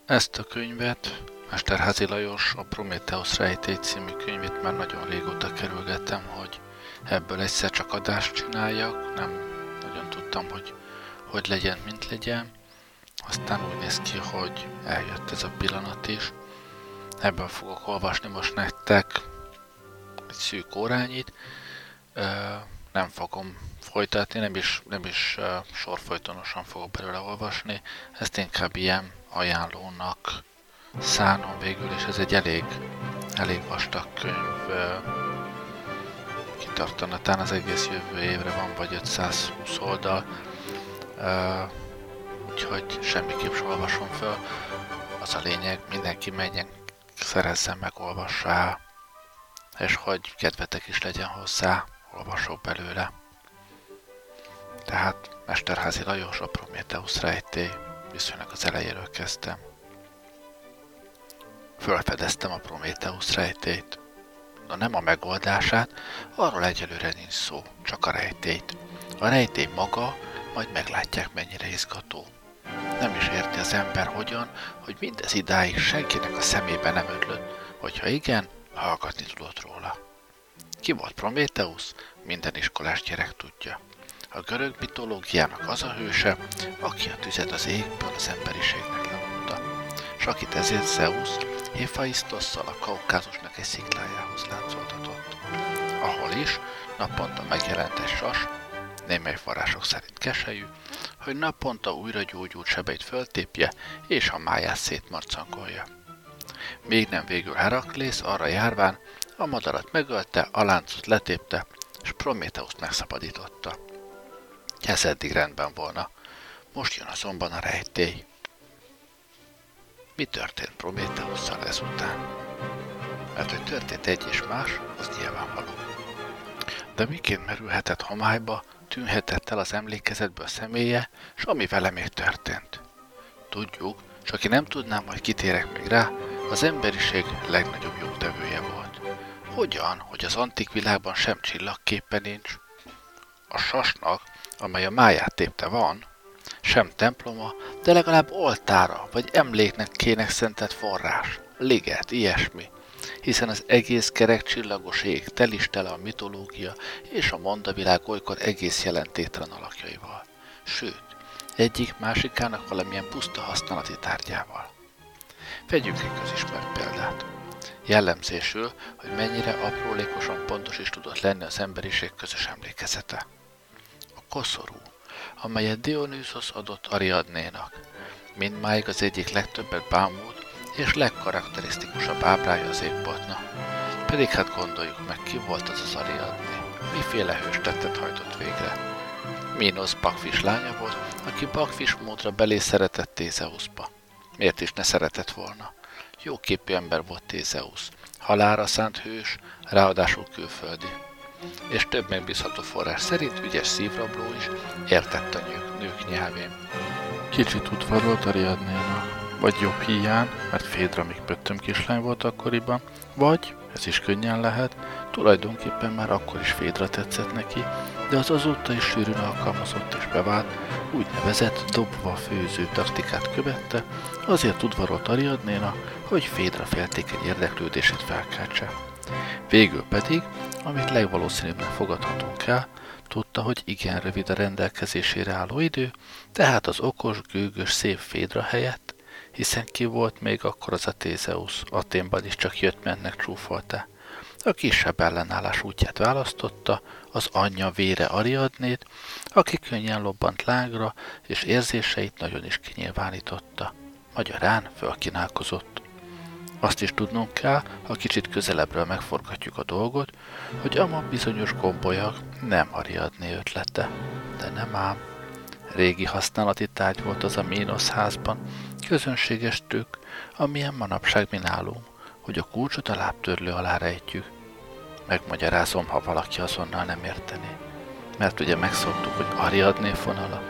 Ezt a könyvet, Mesterházy Lajos a Prométheusz rejtély című könyvét már nagyon régóta kerülgetem, hogy ebből egyszer csak adást csináljak. Nem nagyon tudtam, hogy legyen, mint legyen. Aztán úgy néz ki, hogy eljött ez a pillanat is. Ebből fogok olvasni most nektek egy szűk órányit. Nem fogom folytatni, nem is sorfolytonosan fogok belőle olvasni. Ezt inkább ilyen ajánlónak szánom végül, és ez egy elég vastag könyv. Kitartana, talán az egész jövő évre van, vagy 520 oldal. Úgyhogy semmiképp sem olvasom föl. Az a lényeg, mindenki menjen, szerezzen meg, olvassa el, és hogy kedvetek is legyen hozzá, olvasok belőle. Tehát Mesterházy Lajos, a Prométheusz rejtély, viszonylag az elejéről kezdtem. Fölfedeztem a Prométheusz rejtélyt. Na nem a megoldását, arról egyelőre nincs szó, csak a rejtélyt. A rejtély maga, majd meglátják, mennyire izgató. Nem is érti az ember hogyan, hogy mindez idáig senkinek a szemébe nem ötlött, hogyha igen, hallgatni tudott róla. Ki volt Prométheusz? Minden iskolás gyerek tudja. A görög mitológiának az a hőse, aki a tüzet az égből az emberiségnek lemondta, s akit ezért Zeus Héphaisztosszal a Kaukázusnak egy sziklájához láncoltatott, ahol is naponta megjelent egy sas, némely források szerint keselyű, hogy naponta újra gyógyult sebeit föltépje és a máját szétmarcangolja. Még nem végül Heraklész arra járván a madarat megölte, a láncot letépte, és Prométheuszt megszabadította. Ez eddig rendben volna. Most jön azonban a rejtély. Mi történt Prométheusszal ezután? Mert hogy történt egy és más, az nyilvánvaló. De miként merülhetett homályba, tűnhetett el az emlékezetből személye, s ami vele még történt? Tudjuk, s aki nem tudná, majd kitérek még rá, az emberiség legnagyobb jótevője volt. Hogyan, hogy az antik világban sem csillagképe nincs? A sasnak, amely a máját tépte van, sem temploma, de legalább oltára vagy emléknek kének szentelt forrás, liget, ilyesmi, hiszen az egész kerek csillagos ég tel is tele a mitológia és a mondavilág olykor egész jelentéktelen alakjaival, sőt, egyik másikának valamilyen puszta használati tárgyával. Vegyünk egy közismert példát. Jellemzésül, hogy mennyire aprólékosan pontos is tudott lenni az emberiség közös emlékezete. A koszorú, amelyet Dionysos adott Ariadnénak, mindmáig az egyik legtöbbet bámult és legkarakterisztikusabb ábrája az égboltnak. Pedig hát gondoljuk meg, ki volt az Ariadné, miféle hős tettet hajtott végre. Mínosz Bakfis lánya volt, aki Bakfis módra belé szeretett Thézeuszba. Miért is ne szeretett volna? Jóképű ember volt Thézeusz, halálra szánt hős, ráadásul külföldi. És több megbízható forrás szerint ügyes szívrabló is, értett a nők nyelvén. Kicsit udvarolt Ariadnénak, vagy jobb híján, mert Fédra még pöttöm kislány volt akkoriban, vagy, ez is könnyen lehet, tulajdonképpen már akkor is Fédra tetszett neki, de az azóta is sűrűn alkalmazott és bevált, úgynevezett dobva főző taktikát követte, azért udvarolt Ariadnénak, hogy Fédra féltékeny érdeklődését felkeltse. Végül pedig, amit legvalószínűbbnek fogadhatunk el, tudta, hogy igen rövid a rendelkezésére álló idő, tehát az okos, gőgös, szép Fédra helyett, hiszen ki volt még akkor az a Thézeusz, Athénban is csak jött-mennek csúfolta. A kisebb ellenállás útját választotta, az anyja vére Ariadnét, aki könnyen lobbant lángra, és érzéseit nagyon is kinyilvánította. Magyarán fölkínálkozott. Azt is tudnunk kell, ha kicsit közelebbről megforgatjuk a dolgot, hogy ama bizonyos gombolyag nem Ariadné ötlete, de nem ám. Régi használati tárgy volt az a Mínosz házban, közönséges tükk, amilyen manapság mi nálunk, hogy a kulcsot a lábtörlő alá rejtjük. Megmagyarázom, ha valaki azonnal nem értené. Mert ugye megszoktuk, hogy Ariadné fonala.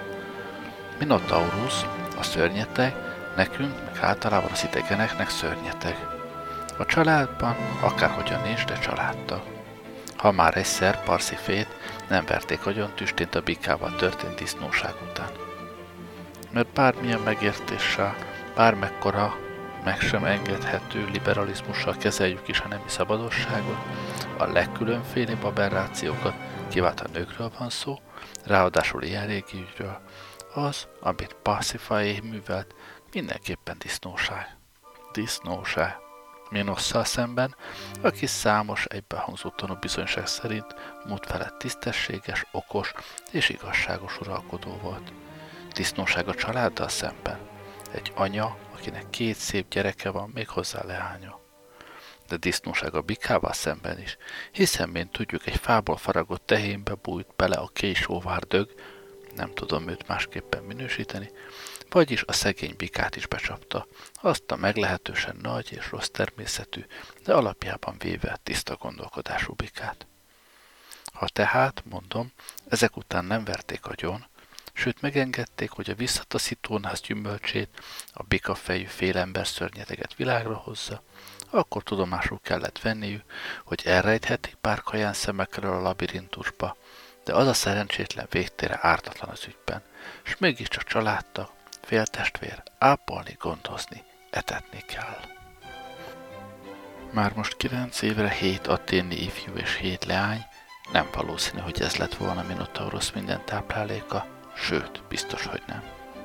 Minotaurus, a szörnyeteg, nekünk, meg általában az idegeneknek szörnyeteg. A családban akárhogyan nincs, de családtag. Ha már egyszer Parszifét nem verték agyon tüstént a bikával történt disznóság után. Mert bármilyen megértéssel, bármekkora meg sem engedhető liberalizmussal kezeljük is a nemi szabadosságot, a legkülönfélébb aberrációkat, kivált a nőkről van szó, ráadásul ilyen régi ügyről, az, amit Parsifal művelt, mindenképpen disznóság. Disznóság. Minosszal szemben, aki számos egybehangzó tanúbizonyság szerint múlt felett tisztességes, okos és igazságos uralkodó volt. Disznóság a családdal szemben. Egy anya, akinek 2 szép gyereke van, még hozzá leánya. De disznóság a bikával szemben is, hiszen, mint tudjuk, egy fából faragott tehénbe bújt bele a késóvárdög, nem tudom őt másképpen minősíteni, vagyis a szegény bikát is becsapta, azt a meglehetősen nagy és rossz természetű, de alapjában véve tiszta gondolkodású bikát. Ha tehát, mondom, ezek után nem verték agyon, sőt megengedték, hogy a visszataszítónász gyümölcsét, a bikafejű félember szörnyeteget világra hozza, akkor tudomásul kellett venniük, hogy elrejthetik pár kaján szemekről a labirintusba, de az a szerencsétlen végtére ártatlan az ügyben, s mégiscsak családtag, féltestvér, ápolni, gondozni, etetni kell. Már most 9 évre 7 athéni ifjú és 7 leány, nem valószínű, hogy ez lett volna Minotaurus minden tápláléka, sőt, biztos, hogy nem.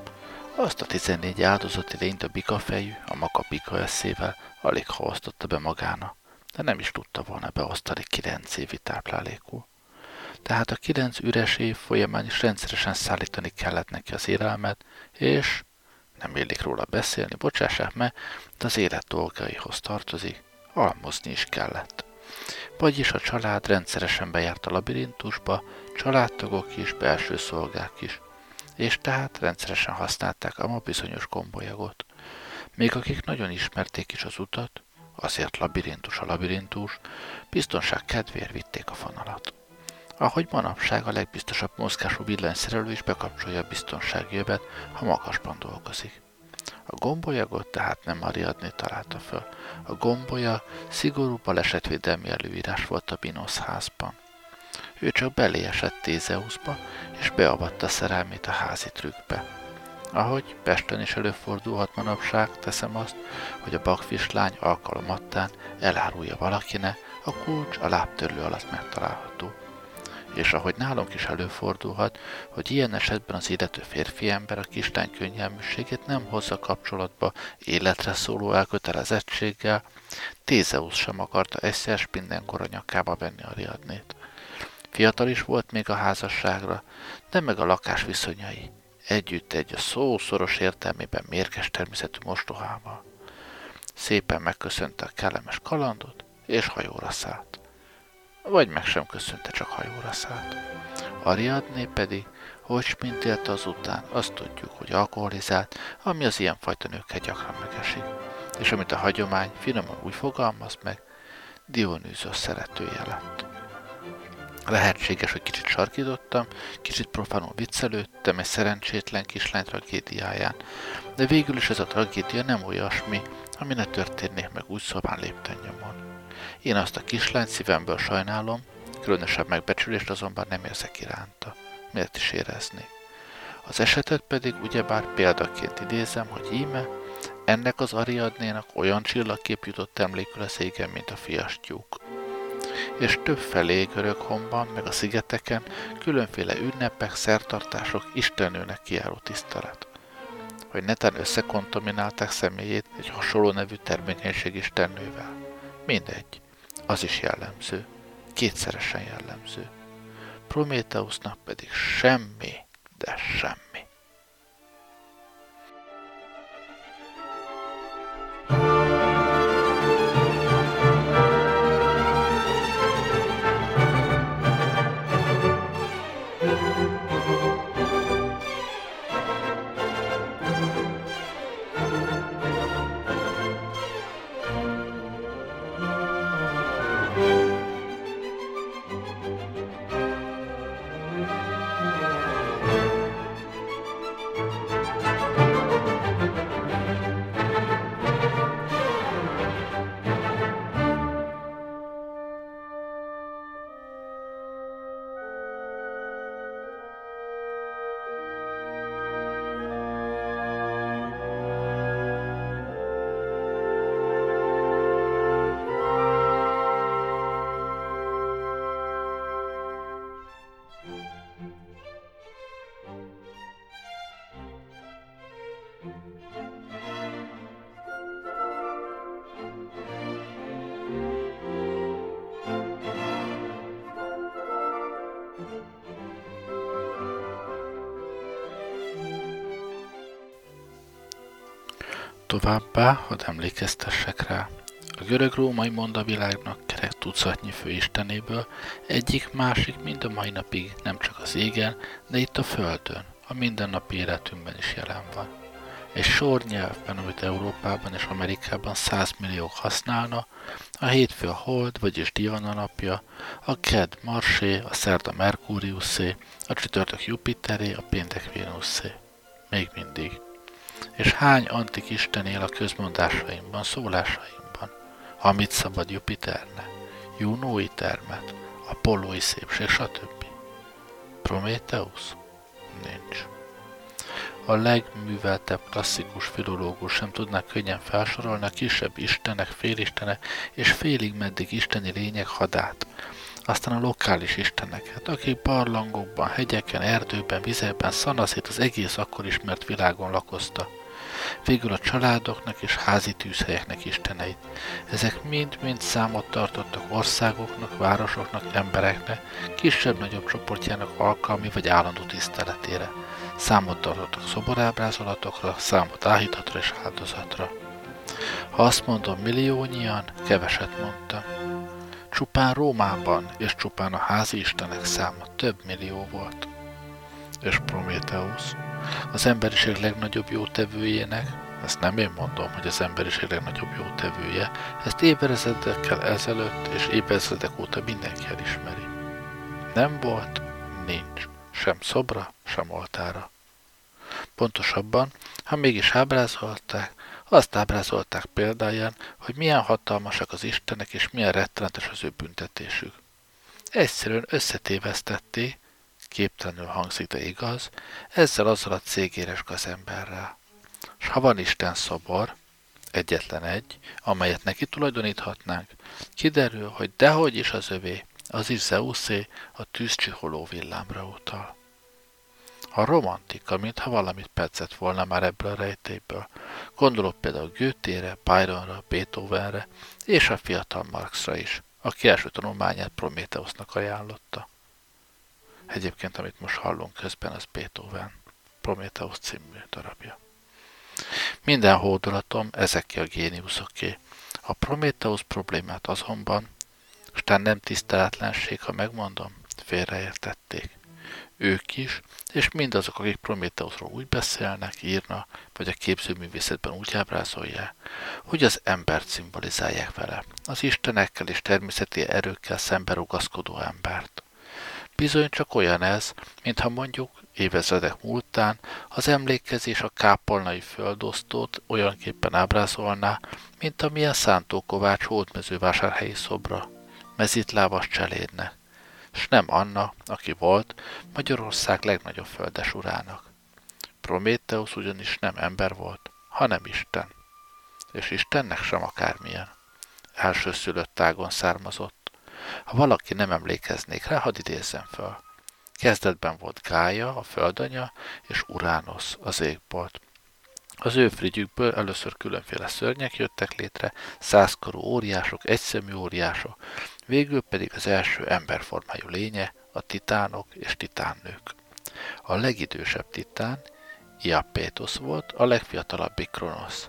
Azt a 14 áldozati lényt a bikafejű, a maga bika eszével alig ha osztotta be magána, de nem is tudta volna beosztani 9 évi táplálékul. Tehát a 9 üres év folyamán is rendszeresen szállítani kellett neki az élelmet, és nem illik róla beszélni, bocsássák meg, de az élet dolgaihoz tartozik, almozni is kellett. Vagyis a család rendszeresen bejárt a labirintusba, családtagok is, belső szolgák is, és tehát rendszeresen használták a ma bizonyos gombolyagot. Még akik nagyon ismerték is az utat, azért labirintus a labirintus, biztonság kedvéért vitték a fonalat. Ahogy manapság a legbiztosabb mozgású villanyszerelő is bekapcsolja a biztonsági övet, ha magasban dolgozik. A gombolyagot tehát nem Ariadné találta föl. A gombolya szigorú balesetvédelmi előírás volt a Minosz házban. Ő csak beléesett Thézeuszba, és beavatta szerelmét a házi trükkbe. Ahogy Pesten is előfordulhat manapság, teszem azt, hogy a bakfislány alkalomattán elárulja valakinek, a kulcs a lábtörlő alatt megtalálható. És ahogy nálunk is előfordulhat, hogy ilyen esetben az illető férfi ember a kislány könnyelműségét nem hozza kapcsolatba életre szóló elkötelezettséggel, Thézeusz sem akarta egyszer mindenkor a nyakába venni Ariadnét. Fiatal is volt még a házasságra, de meg a lakás viszonyai, együtt egy a szó szoros értelmében mérges természetű mostohával. Szépen megköszönte a kellemes kalandot, és hajóra szállt. Vagy meg sem köszönte, csak hajóra szállt. Ariadné pedig, hogy spintélte azután, azt tudjuk, hogy alkoholizált, ami az ilyenfajta nőkkel gyakran megesik, és amit a hagyomány finoman úgy fogalmaz meg, Dionűzos szeretője lett. Lehetséges, hogy kicsit sarkítottam, kicsit profánul viccelődtem egy szerencsétlen kislány tragédiáján, de végül is ez a tragédia nem olyasmi, ami ne történnék meg úgy szobán lépten nyomon. Én azt a kislányt szívemből sajnálom, különösebb megbecsülést azonban nem érzek iránta. Miért is érezni? Az esetet pedig ugyebár példaként idézem, hogy íme, ennek az Ariadnénak olyan csillagkép jutott emlékül az égen, mint a fiastyúk. És többfelé Göröghomban, meg a szigeteken különféle ünnepek, szertartások istennőnek kijáró tisztelet. Hogy netán összekontaminálták személyét egy hasonló nevű termékenység istennővel. Mindegy, az is jellemző, kétszeresen jellemző. Prométheusznak pedig semmi, de semmi. Továbbá, hadd emlékeztessek rá, a görög-római mondavilágnak kerek tucatnyi főistenéből egyik-másik mind a mai napig nem csak az égen, de itt a földön, a mindennapi életünkben is jelen van. Egy sor nyelvben, amit Európában és Amerikában 100 milliók használna, a hétfő a hold, vagyis Diana napja, a kedd Marsé, a szerda Merkúriuszé, a csütörtök Jupiteré, a péntek Vénuszé. Még mindig. És hány antik isten él a közmondásaimban, szólásaimban? Amit szabad Jupiternek, Junói termet, Apollói szépség, stb. Prométheusz? Nincs. A legműveltebb klasszikus filológus sem tudná könnyen felsorolni a kisebb istenek, félistenek és félig meddig isteni lények hadát. Aztán a lokális isteneket, akik barlangokban, hegyeken, erdőben, vizekben szanaszét az egész akkor ismert világon lakozta. Végül a családoknak és házi tűzhelyeknek isteneit. Ezek mind-mind számot tartottak országoknak, városoknak, embereknek, kisebb-nagyobb csoportjának alkalmi vagy állandó tiszteletére. Számot tartottak szoborábrázolatokra, számot áhítatra és áldozatra. Ha azt mondom milliónyian, keveset mondtam. Csupán Rómában és csupán a házi istenek száma több millió volt. És Prométheusz, az emberiség legnagyobb jótevőjének, ezt nem én mondom, hogy az emberiség legnagyobb jótevője, ezt évezredekkel ezelőtt és évezredek óta mindenki elismeri. Nem volt, nincs, sem szobra, sem oltára. Pontosabban, ha mégis ábrázolták, azt ábrázolták példáján, hogy milyen hatalmasak az istenek és milyen rettenetes az ő büntetésük. Egyszerűen összetévesztették, képtelenül hangzik, de igaz, azzal a cégéres gazemberrel. S ha van Isten szobor, egyetlen egy, amelyet neki tulajdoníthatnánk, kiderül, hogy dehogy is az övé, az is Zeuszé, a tűzcsiholó villámra utal. A romantika, mintha valamit percett volna már ebből a rejtélyből. Gondolok például Goethe-re, Byronra, Beethovenre és a fiatal Marxra is, aki első tanulmányát Prométheusznak ajánlotta. Egyébként, amit most hallunk közben, az Beethoven, Prométheusz című darabja. Minden hódolatom ezeké a géniuszoké. A Prométheusz problémát azonban, aztán nem tiszteletlenség, ha megmondom, félreértették. Ők is, és mindazok, akik Prométheuszról úgy beszélnek, írnak, vagy a képzőművészetben úgy ábrázolják, hogy az embert szimbolizálják vele, az istenekkel és természeti erőkkel szembe rugaszkodó embert. Bizony csak olyan ez, mintha mondjuk évezredek múltán az emlékezés a kápolnai földosztót olyanképpen ábrázolná, mint amilyen Szántó Kovács hódmezővásárhelyi szobra, mezitlábas cselédnek, s nem Anna, aki volt Magyarország legnagyobb földesurának. Prométheusz ugyanis nem ember volt, hanem Isten. És Istennek sem akármilyen. Elsőszülött ágon származott. Ha valaki nem emlékeznék rá, hadd idézzem föl. Kezdetben volt Gája, a földanya, és Uránosz, az égbolt. Az ő frigyükből először különféle szörnyek jöttek létre, 100 karú óriások, egyszemű óriások, végül pedig az első emberformájú lénye, a titánok és titánnők. A legidősebb titán, Iapétosz volt, a legfiatalabbik Kronosz.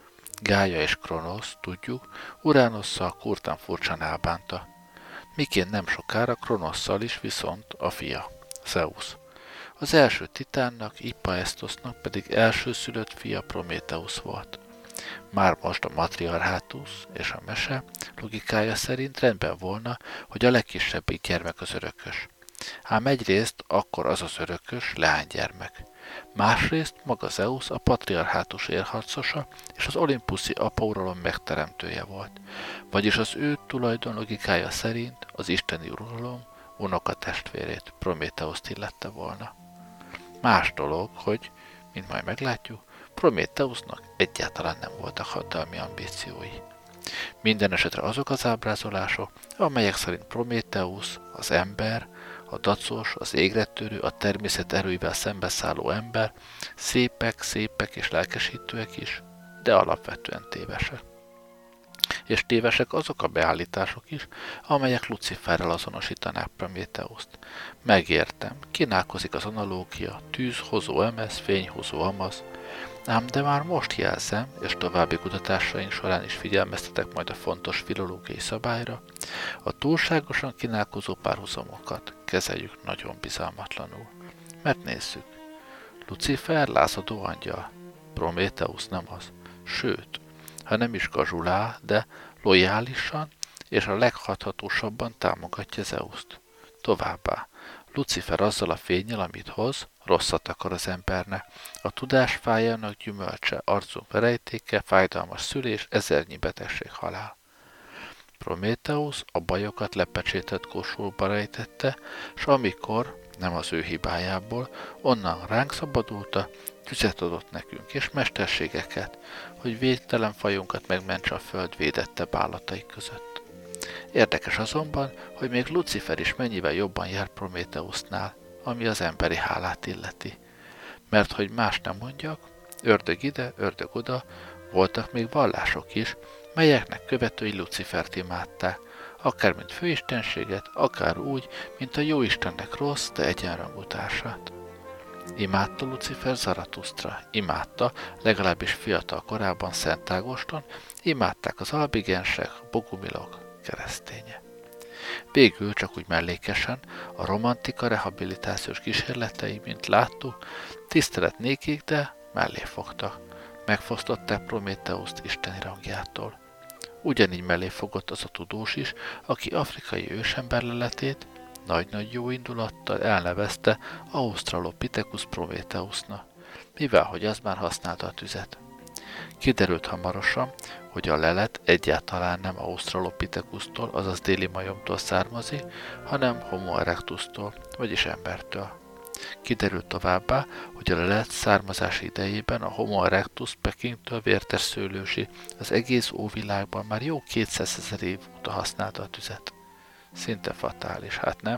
Gája és Kronosz, tudjuk, Uránosszal kurtán furcsán elbánta. Miként nem sokára Kronosszal is viszont a fia, Zeusz. Az első titánnak, Ipaesztosznak pedig elsőszülött fia Prométheusz volt. Már most a matriarhátus és a mese logikája szerint rendben volna, hogy a legkisebbik gyermek az örökös. Ám egyrészt akkor az az örökös leánygyermek. Másrészt maga Zeusz a patriarhátus érharcosa és az olimpuszi apauralom megteremtője volt. Vagyis az ő tulajdon logikája szerint az isteni uralom unokatestvérét, Prométheuszt illette volna. Más dolog, hogy, mint majd meglátjuk, Prométheusznak egyáltalán nem voltak hatalmi ambíciói. Minden esetre azok az ábrázolások, amelyek szerint Prométheusz, az ember, a dacos, az égrettörő, a természet erőivel szembeszálló ember, szépek és lelkesítőek is, de alapvetően tévesek. És tévesek azok a beállítások is, amelyek Luciferrel azonosítanák Prométheuszt. Megértem, kínálkozik az analógia, tűzhozó emez, fényhozó amaz, Ám de már most jelzem, és további kutatásaink során is figyelmeztetek majd a fontos filológiai szabályra, a túlságosan kínálkozó párhuzamokat kezeljük nagyon bizalmatlanul. Mert nézzük, Lucifer lázadó angyal, Prométheusz nem az, sőt, ha nem is gazsulá, de lojálisan és a leghathatósabban támogatja Zeuszt. Továbbá, Lucifer azzal a fénnyel, amit hoz, rosszat akar az embernek. A tudás fájának gyümölcse, arcunk verejtéke, fájdalmas szülés, ezernyi betegség, halál. Prométheusz a bajokat lepecsételt kósolba rejtette, s amikor, nem az ő hibájából, onnan ránk szabadulta, tüzet adott nekünk, és mesterségeket, hogy védtelen fajunkat megmentse a föld védettebb állatai között. Érdekes azonban, hogy még Lucifer is mennyivel jobban jár Prométheusznál, ami az emberi hálát illeti. Mert hogy más nem mondjak, ördög ide, ördög oda, voltak még vallások is, melyeknek követői Lucifert imádták, akár mint főistenséget, akár úgy, mint a jóistennek rossz, de egyenrangú társát. Imádta Lucifer Zaratusztra, imádta, legalábbis fiatal korában Szent Ágoston, imádták az albigensek, bogumilok, kereszténye. Végül csak úgy mellékesen a romantika rehabilitációs kísérletei, mint láttuk, tisztelet nékik, de mellé fogtak. Megfosztották Prométheuszt isteni rangjától. Ugyanígy mellé fogott az a tudós is, aki afrikai ősember leletét nagy-nagy jó indulattal elnevezte Australopithecus Prometheusnak, mivel hogy az már használta a tüzet. Kiderült hamarosan, hogy a lelet egyáltalán nem Australopithecustól, azaz déli majomtól származik, hanem Homo erectustól, vagyis embertől. Kiderült továbbá, hogy a lelet származási idejében a Homo erectus Pekingtől vértes szőlősi az egész óvilágban már jó 200 000 év óta használta a tüzet. Szinte fatális, hát nem?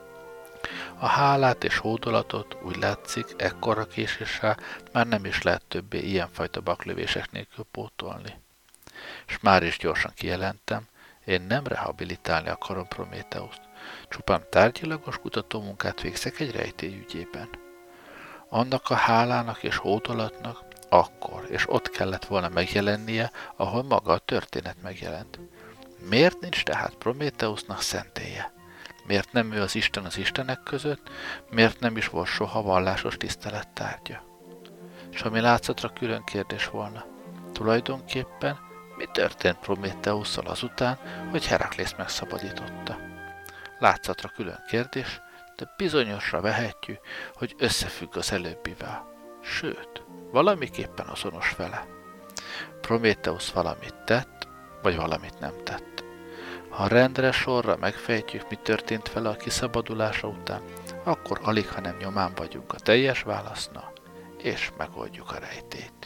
A hálát és hódolatot úgy látszik, ekkora késéssel már nem is lehet többé ilyenfajta baklövések nélkül pótolni. S már is gyorsan kijelentem, én nem rehabilitálni akarom Prométheuszt, csupán tárgyilagos kutatómunkát végzek egy rejtély ügyében. Annak a hálának és hódolatnak akkor és ott kellett volna megjelennie, ahol maga a történet megjelent. Miért nincs tehát Prométheusznak szentélye? Miért nem ő az Isten az istenek között? Miért nem is volt soha vallásos tisztelettárgya? S ami látszatra külön kérdés volna. Tulajdonképpen mi történt Prométheusszal azután, hogy Heraklész megszabadította? Látszatra külön kérdés, de bizonyosra vehetjük, hogy összefügg az előbbivel. Sőt, valamiképpen azonos vele. Prométheusz valamit tett, vagy valamit nem tett. Ha rendre sorra megfejtjük, mi történt vele a kiszabadulása után, akkor alig, ha nem nyomán vagyunk a teljes válasznak, és megoldjuk a rejtét.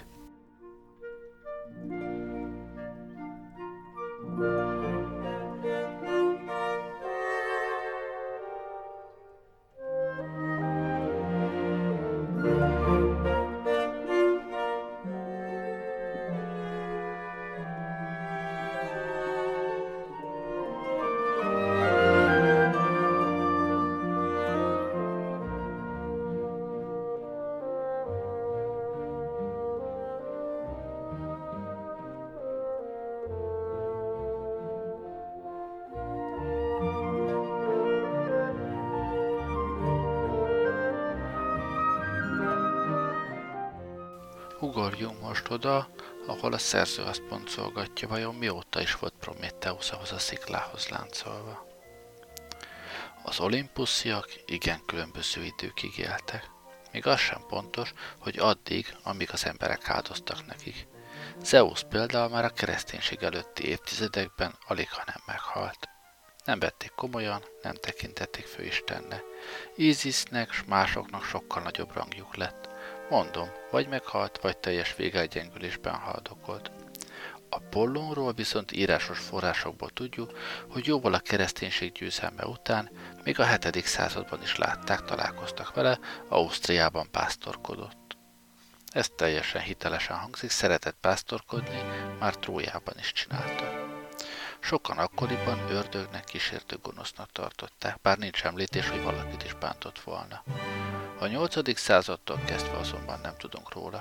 Ugorjunk most oda, ahol a szerző azt pontszolgatja, vajon mióta is volt Prométheusz ahhoz a sziklához láncolva. Az olimpusziak igen különböző időkig éltek. Még az sem pontos, hogy addig, amíg az emberek áldoztak nekik. Zeus például már a kereszténység előtti évtizedekben alig, ha nem meghalt. Nem vették komolyan, nem tekintették főistennek. Ízisznek s másoknak sokkal nagyobb rangjuk lett. Mondom, vagy meghalt, vagy teljes végelgyengülésben haldokolt. Apollónról viszont írásos forrásokból tudjuk, hogy jóval a kereszténység győzelme után, még a 7. században is látták, találkoztak vele, Ausztriában pásztorkodott. Ez teljesen hitelesen hangzik, szeretett pásztorkodni, már Trójában is csinálta. Sokan akkoriban ördögnek, kísértő gonosznak tartották, bár nincs említés, hogy valakit is bántott volna. A 8. századtól kezdve azonban nem tudunk róla.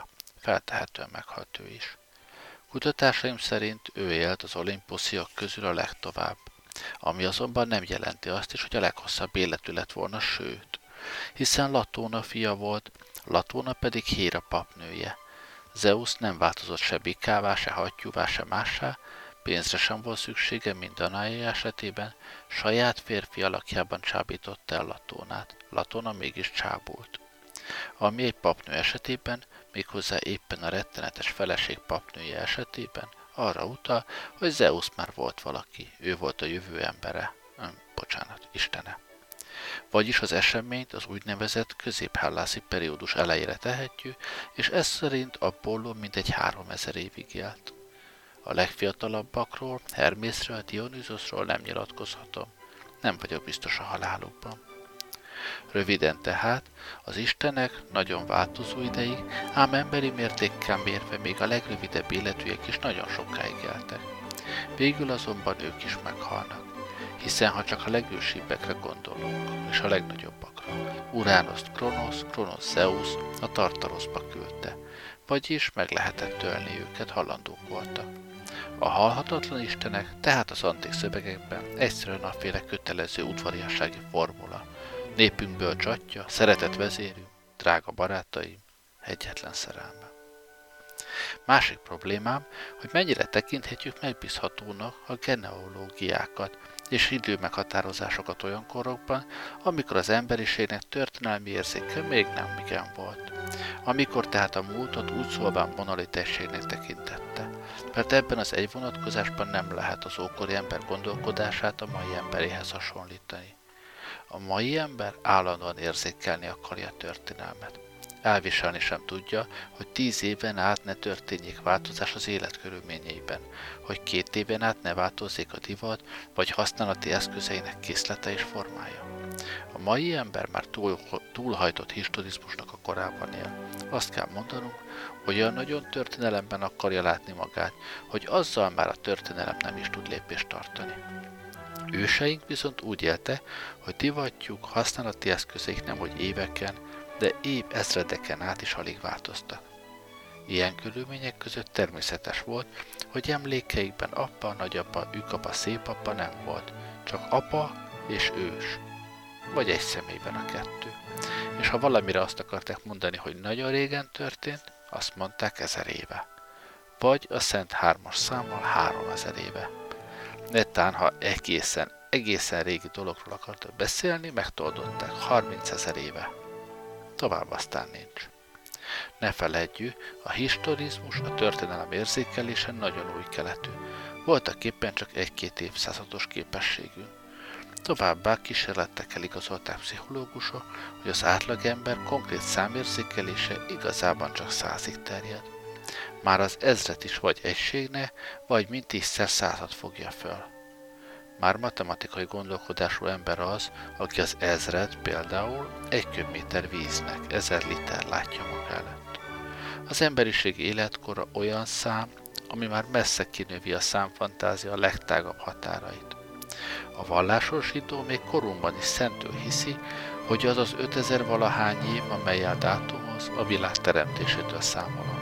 feltehetően meghalt ő is. Kutatásaim szerint ő élt az olimposziak közül a legtovább, ami azonban nem jelenti azt is, hogy a leghosszabb életű lett volna, sőt, hiszen Latóna fia volt, Latóna pedig Héra papnője. Zeusz nem változott se bikává, se hattyúvá, se mássá, pénzre sem volt szüksége, mint Danaia esetében, saját férfi alakjában csábította el Latónát. Latóna mégis csábult. Ami egy papnő esetében, méghozzá éppen a rettenetes feleség papnője esetében arra utal, hogy Zeusz már volt valaki, ő volt a jövő embere, istene. Vagyis az eseményt az úgynevezett középhellászi periódus elejére tehetjük, és ez szerint Apollo mintegy 3000 évig élt. A legfiatalabbakról, Hermészről, Dionysosról nem nyilatkozhatom, nem vagyok biztos a halálukban. Röviden tehát, az istenek nagyon változó ideig, ám emberi mértékkel mérve még a legrövidebb életűek is nagyon sokáig éltek. Végül azonban ők is meghalnak, hiszen ha csak a legősibbekre gondolunk, és a legnagyobbakra, Uránoszt Kronosz Zeusz a Tartaroszba küldte, vagyis meg lehetett ölni őket, halandók voltak. A halhatatlan istenek tehát az antik szövegekben egyszerűen afféle kötelező udvariassági formula, népünkből csatja, szeretett vezérünk, drága barátaim, egyetlen szerelme. Másik problémám, hogy mennyire tekinthetjük megbízhatónak a genealógiákat és időmeghatározásokat olyan korokban, amikor az emberiségnek történelmi érzéke még nem igen volt. Amikor tehát a múltat úgy szólván monolitességnek tekintette, mert ebben az egy vonatkozásban nem lehet az ókori ember gondolkodását a mai emberéhez hasonlítani. A mai ember állandóan érzékelni akarja a történelmet. Elviselni sem tudja, hogy 10 éven át ne történjék változás az életkörülményeiben, hogy 2 éven át ne változzék a divat, vagy használati eszközeinek készlete és formája. A mai ember már túlhajtott historizmusnak a korában él. Azt kell mondanunk, olyan nagyon történelemben akarja látni magát, hogy azzal már a történelem nem is tud lépést tartani. Őseink viszont úgy élte, hogy divatjuk, használati eszközeik nemhogy éveken, de évezredeken át is alig változtak. Ilyen körülmények között természetes volt, hogy emlékeikben apa, nagyapa, ükapa, szépapa nem volt, csak apa és ős, vagy egy személyben a kettő. És ha valamire azt akarták mondani, hogy nagyon régen történt, azt mondták 1000 éve. Vagy a Szent Hármas számmal 3000 éve. Netán, ha egészen régi dologról akartak beszélni, megtoldották 30 000 éve. Tovább aztán nincs. Ne feledjük, a historizmus, a történelem érzékelése nagyon új keletű. Voltak éppen csak 1-2 évszázados képességű. Továbbá kísérletekkel igazolták pszichológusok, hogy az átlagember konkrét számérzékelése igazában csak 100-ig terjed. Már az ezret is vagy egységnek, vagy mint 10-szer 100-at fogja föl. Már matematikai gondolkodású ember az, aki az ezret például 1 köbméter víznek 1000 liter látja maga előtt. Az emberiség életkora olyan szám, ami már messze kinövi a számfantázia legtágabb határait. A vallásosító még korunkban is szentül hiszi, hogy az az 5000 valahány év, amelyel dátumoz, a világ teremtésétől számolandó.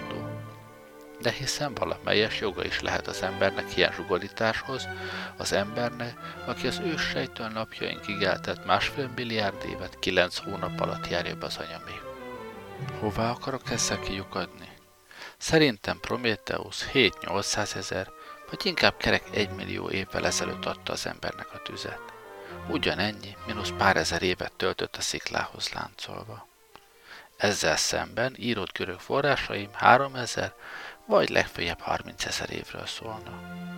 De hiszen valamelyes joga is lehet az embernek ilyen zsugorításhoz, az embernek, aki az őssejtől napjainkig eltelt 1,5 milliárd évet 9 hónap alatt járja be az anyamé. Hová akarok ezzel kiukadni? Szerintem Prométheusz 7-800 ezer, vagy inkább kerek 1 millió évvel ezelőtt adta az embernek a tüzet. Ugyanennyi, mínusz pár ezer évet töltött a sziklához láncolva. Ezzel szemben írott görög forrásaim 3000, vagy legfeljebb 30 000 évről szólna.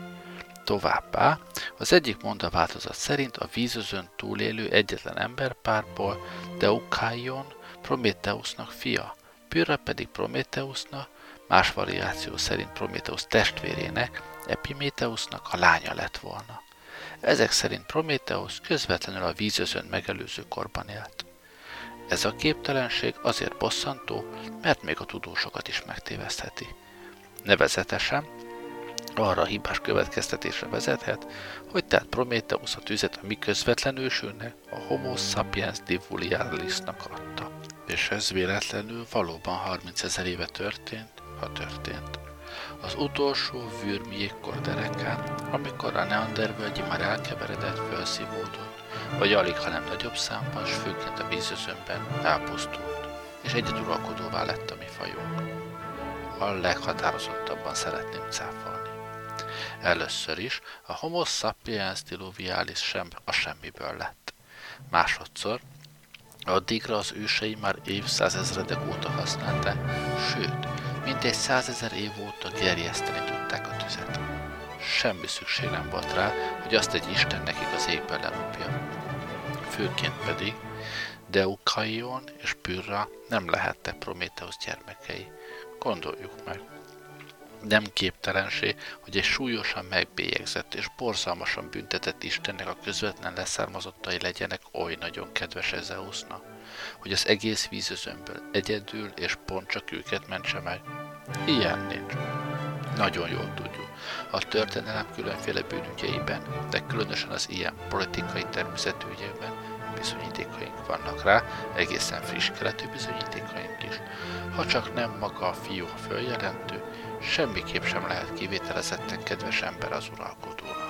Továbbá az egyik mondaváltozat szerint a vízözön túlélő egyetlen emberpárból Deukaion Prométheusznak fia, Pyrrha pedig Prométheusznak, más variáció szerint Prométheusz testvérének, Epimétheusznak a lánya lett volna. Ezek szerint Prométheusz közvetlenül a vízözön megelőző korban élt. Ez a képtelenség azért bosszantó, mert még a tudósokat is megtévesztheti. Nevezetesen arra a hibás következtetésre vezethet, hogy tehát Prométheusz a tüzet a mi közvetlen ősünknek, a Homo sapiens divulialisnak adta. És ez véletlenül valóban 30 000 éve történt, mostoha történt. Az utolsó Würm jégkor derekán, amikor a neandervölgyi már elkeveredett, felszívódott, vagy alig, hanem nagyobb számban, s főként a vízözönben elpusztult, és egyeduralkodóvá lett a mi fajunk. A leghatározottabban szeretném cáfolni. Először is a Homo sapiens diluvialis sem a semmiből lett. Másodszor, addigra az ősei már évszázezredek óta használták, sőt, mintegy 100 000 év óta gerjeszteni tudták a tüzet. Semmi szükség nem volt rá, hogy azt egy isten nekik az égből lerúgja. Főként pedig Deukaion és Pyrrha nem lehettek Prométheusz gyermekei. Gondoljuk meg. Nem képtelenség, hogy egy súlyosan megbélyegzett és borzalmasan büntetett Istennek a közvetlen leszármazottai legyenek oly nagyon kedves Zeusznak, hogy az egész vízözönből egyedül és pont csak őket mentse meg. Ilyen nincs. Nagyon jól tudjuk. A történelem különféle bűnügyeiben, de különösen az ilyen politikai természetű ügyekben bizonyítékaink vannak rá, egészen friss keletű bizonyítékaink is. Ha csak nem maga a fiú a följelentő, semmiképp sem lehet kivételezetten kedves ember az uralkodónak.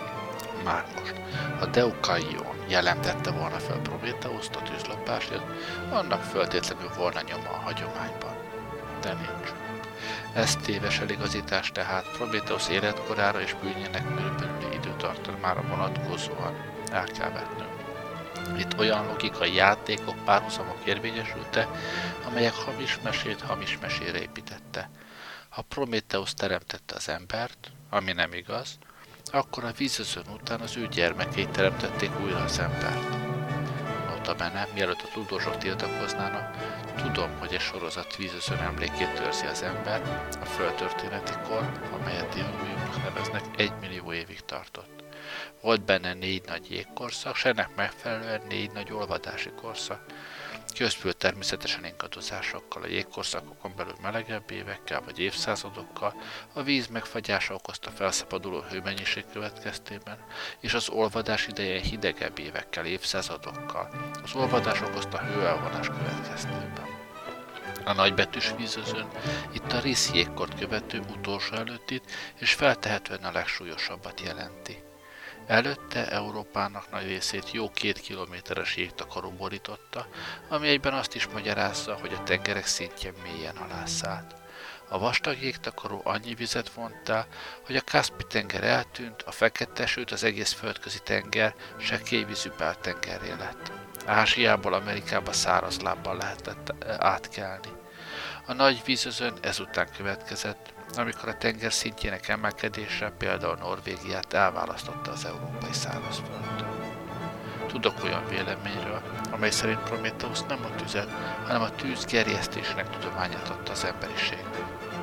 Már most, ha Deukaion jelentette volna fel Prométheuszt a tűzlopásért, annak föltétlenül volna nyoma a hagyományban. De nincs. Ez téves eligazítás tehát Prométheusz életkorára és bűnjének körülbelüli időtartamára vonatkozóan el kell vetnünk. Itt olyan logikai játékok, párhuzamok érvényesültek, amelyek hamis mesét hamis mesére építette. Ha Prométheusz teremtette az embert, ami nem igaz, akkor a vízözön után az ő gyermekei teremtették újra az embert. Notabene, mielőtt a tudósok tiltakoznának, tudom, hogy egy sorozat vízözön emlékét őrzi az ember, a földtörténeti kor, amelyet Diluviumnak neveznek, 1 millió évig tartott. Volt benne 4 nagy jégkorszak, s ennek megfelelően 4 nagy olvadási korszak, közből természetesen ingadozásokkal, a jégkorszakokon belül melegebb évekkel vagy évszázadokkal, a víz megfagyása okozta felszabaduló hőmennyiség következtében, és az olvadás idején hidegebb évekkel, évszázadokkal, az olvadás okozta hőelvonás következtében. A nagybetűs vízözön itt a Risz jégkort követő utolsó előttit, és feltehetően a legsúlyosabbat jelenti. Előtte Európának nagy részét jó 2 kilométeres jégtakaró borította, ami egyben azt is magyarázza, hogy a tengerek szintje mélyen alászállt. A vastag jégtakaró annyi vizet vont el, hogy a Kaszpi-tenger eltűnt, a Fekete, sőt az egész földközi tenger sekélyvízű beltengerré lett. Ázsiából Amerikába száraz lábbal lehetett átkelni. A nagy vízözön ezután következett, amikor a tenger szintjének emelkedése például Norvégiát elválasztotta az európai szárazföldtől. Tudok olyan véleményről, amely szerint Prométheusz nem a tüzet, hanem a tűz gerjesztésének tudományát adta az emberiségnek.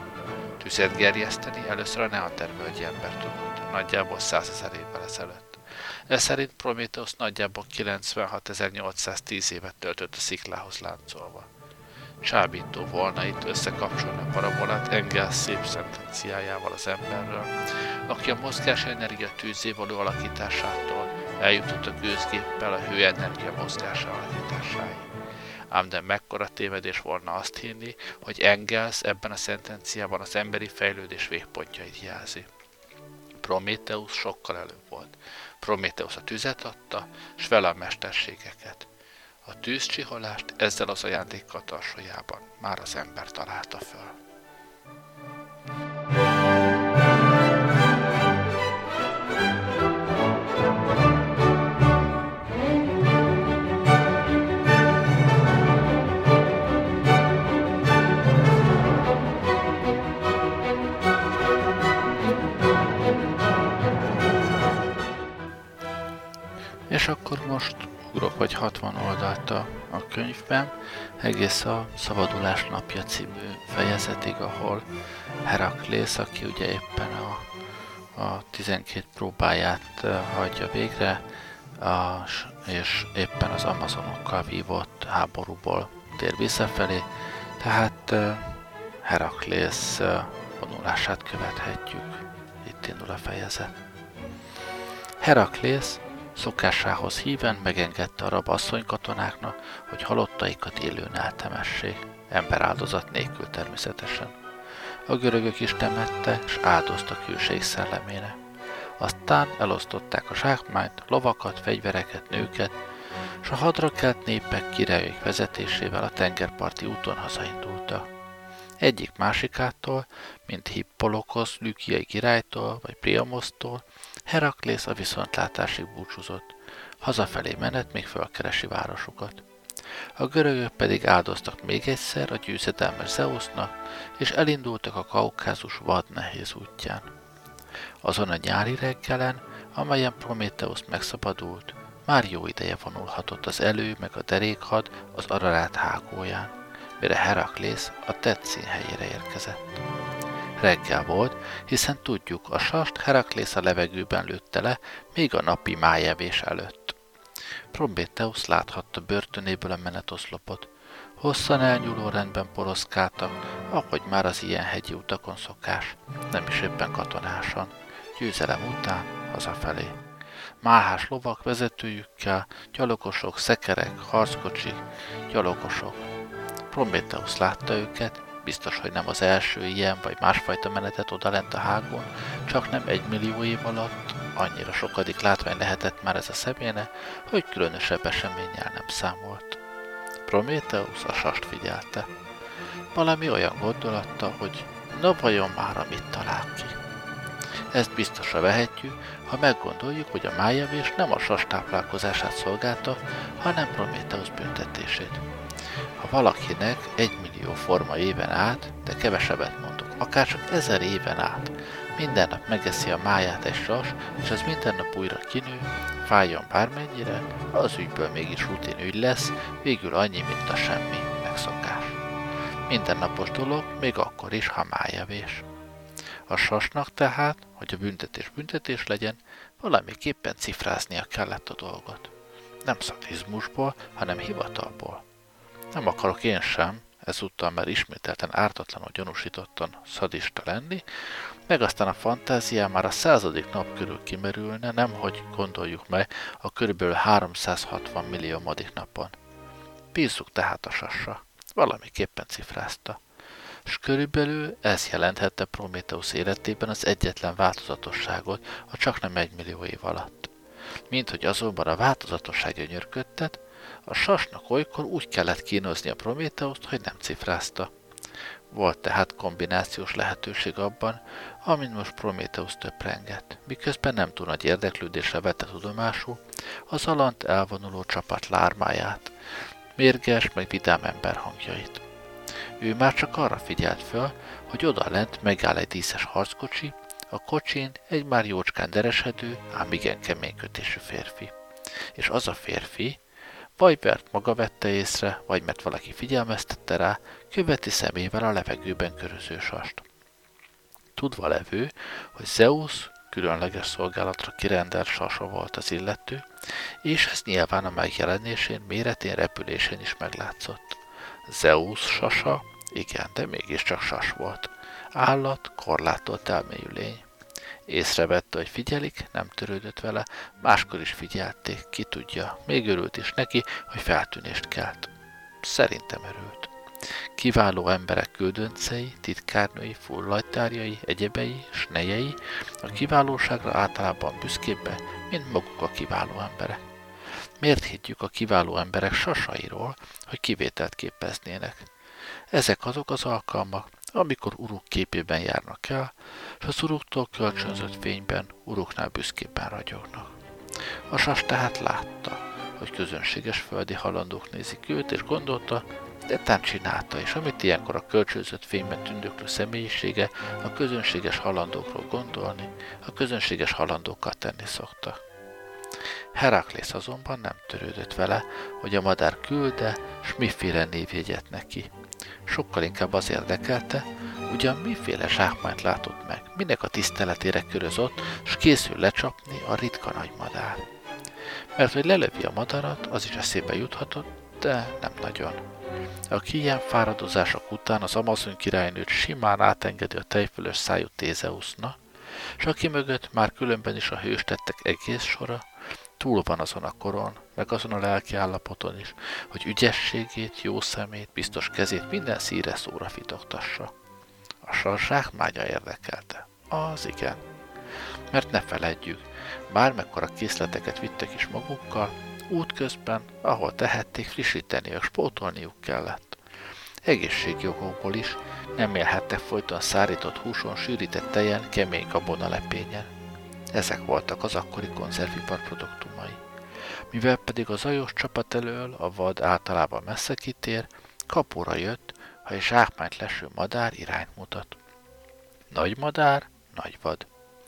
Tüzet gerjeszteni először a neandervölgyi ember tudott, nagyjából 100 000 évvel ezelőtt. Ez szerint Prométheusz nagyjából 96.810 évet töltött a sziklához láncolva. Csábító volna itt összekapcsolni a parabolát Engels szép szentenciájával az emberről, aki a mozgásenergia tűzzé való alakításától eljutott a gőzgéppel a hőenergia mozgása alakításáig. Ám de mekkora tévedés volna azt hinni, hogy Engels ebben a szentenciában az emberi fejlődés végpontjait jelzi. Prométheusz sokkal előbb volt. Prométheusz a tüzet adta, s vele a mesterségeket. A tűzcsiholást ezzel az ajándékkal tarsójában már az ember találta föl. És akkor most ugrok vagy 60 oldalt a könyvben, egész a Szabadulás napja című fejezetig, ahol Heraklész, aki ugye éppen a 12 próbáját hagyja végre, és éppen az amazonokkal vívott háborúból tér visszafelé, tehát Heraklész vonulását követhetjük. Itt indul a fejezet. Heraklész szokásához híven megengedte a rabasszony katonáknak, hogy halottaikat élőn eltemessék, emberáldozat nélkül természetesen. A görögök is temettek, s áldoztak hőség szellemének. Aztán elosztották a zsákmányt, lovakat, fegyvereket, nőket, s a hadra kelt népek királyaik vezetésével a tengerparti úton hazaindultak. Egyik másikától, mint Hippolokosz lükiai királytól vagy Priamosztól, Heraklész a viszontlátásig búcsúzott, hazafelé menet még fölkeresi városukat. A görögök pedig áldoztak még egyszer a győzedelmes Zeusznak, és elindultak a Kaukázus vad nehéz útján. Azon a nyári reggelen, amelyen Prométheusz megszabadult, már jó ideje vonulhatott az elő meg a derékhad az Ararát hágóján, mire Heraklész a tett színhelyére érkezett. Reggel volt, hiszen tudjuk, a sast Heraklész a levegőben lőtte le, még a napi májevés előtt. Prométheusz láthatta börtönéből a menetoszlopot. Hosszan elnyúló rendben poroszkáltak, ahogy már az ilyen hegyi utakon szokás, nem is éppen katonásan, győzelem után hazafelé. Málhás lovak vezetőjükkel, gyalogosok, szekerek, harckocsik, gyalogosok. Prométheusz látta őket, biztos, hogy nem az első ilyen vagy másfajta menetet odalent a hágon, csak nem 1 millió év alatt, annyira sokadik látvány lehetett már ez a személyne, hogy különösebb eseménnyel nem számolt. Prométheusz a sast figyelte. Valami olyan gondolatta, hogy na vajon már amit talál ki. Ezt biztosra vehetjük, ha meggondoljuk, hogy a májevés nem a sas táplálkozását szolgálta, hanem Prométheusz büntetését. Ha valakinek 1 millió forma éven át, de kevesebbet mondok, akár csak 1000 éven át, minden nap megeszi a máját egy sas, és ez minden nap újra kinő, fájjon bármennyire, az ügyből mégis rutin ügy lesz, végül annyi, mint a semmi, megszokás. Mindennapos dolog, még akkor is, ha májevés. A sasnak tehát, hogy a büntetés legyen, valamiképpen cifráznia kellett a dolgot. Nem szadizmusból, hanem hivatalból. Nem akarok én sem, ezúttal már ismételten ártatlanul gyanúsítottan szadista lenni, meg aztán a fantáziám már a 100. nap körül kimerülne, nemhogy gondoljuk meg a körülbelül 360 milliómodik napon. Bízzuk tehát a sasra. Valamiképpen cifrázta. S körülbelül ez jelenthette Prométheusz életében az egyetlen változatosságot a csaknem 1 millió év alatt. Minthogy azonban a változatosság gyönyörködtet, a sasnak olykor úgy kellett kínozni a Prométheuszt, hogy nem cifrázta. Volt tehát kombinációs lehetőség abban, amint most Prométheusz töprengett, miközben nem túl nagy érdeklődésre vette tudomásul az alant elvonuló csapat lármáját, mérges meg vidám ember hangjait. Ő már csak arra figyelt föl, hogy odalent megáll egy díszes harckocsi, a kocsin egy már jócskán deresedő, ám igen keménykötésű férfi. És az a férfi, vagy mert maga vette észre, vagy mert valaki figyelmeztette rá, követi szemével a levegőben köröző sast. Tudva levő, hogy Zeusz különleges szolgálatra kirendelt sasa volt az illető, és ez nyilván a megjelenésén, méretén, repülésén is meglátszott. Zeusz sasa, igen, de mégiscsak sas volt. Állat, korlátolt elmélyű lény. Észrevette, hogy figyelik, nem törődött vele, máskor is figyelték, ki tudja, még örült is neki, hogy feltűnést kelt. Szerintem örült. Kiváló emberek küldöncei, titkárnői, fullajtárjai, egyebei, s nejei a kiválóságra általában büszkébbek, mint maguk a kiváló emberek. Miért higgyük a kiváló emberek sasairól, hogy kivételt képeznének? Ezek azok az alkalmak, amikor uruk képében járnak el, és az uruktól kölcsönzött fényben uruknál büszkében ragyognak. A sas tehát látta, hogy közönséges földi halandók nézik őt, és gondolta, de tán csinálta, és amit ilyenkor a kölcsönzött fényben tündöklő személyisége a közönséges halandókról gondolni, a közönséges halandókkal tenni szokta. Heraklész azonban nem törődött vele, hogy a madár küld-e, s miféle névjegyet neki. Sokkal inkább az érdekelte, ugyan miféle zsákmányt látott meg, minek a tiszteletére körözött, s készül lecsapni a ritka nagy madár. Mert hogy lelövi a madarat, az is eszébe juthatott, de nem nagyon. Aki ilyen fáradozások után az Amazon királynőt simán átengedi a tejfölös szájú Thézeusznak, s aki mögött már különben is a hőstettek egész sora, túl van azon a koron, meg azon a lelki állapoton is, hogy ügyességét, jó szemét, biztos kezét minden szíre szóra fitogtassa. A sas zsákmánya érdekelte. Az igen. Mert ne feledjük, bármekkora készleteket vittek is magukkal, útközben, ahol tehették, frissíteniük, spótolniuk kellett. Egészségjogokból is nem élhettek folyton szárított húson, sűrített tejen, kemény gabonalepényen. Ezek voltak az akkori konzervipar produktumai. Mivel pedig a zajos csapat elől a vad általában messze kitér, kapura jött, ha egy zsákmányt leső madár irányt mutat. Nagy madár, nagy vad.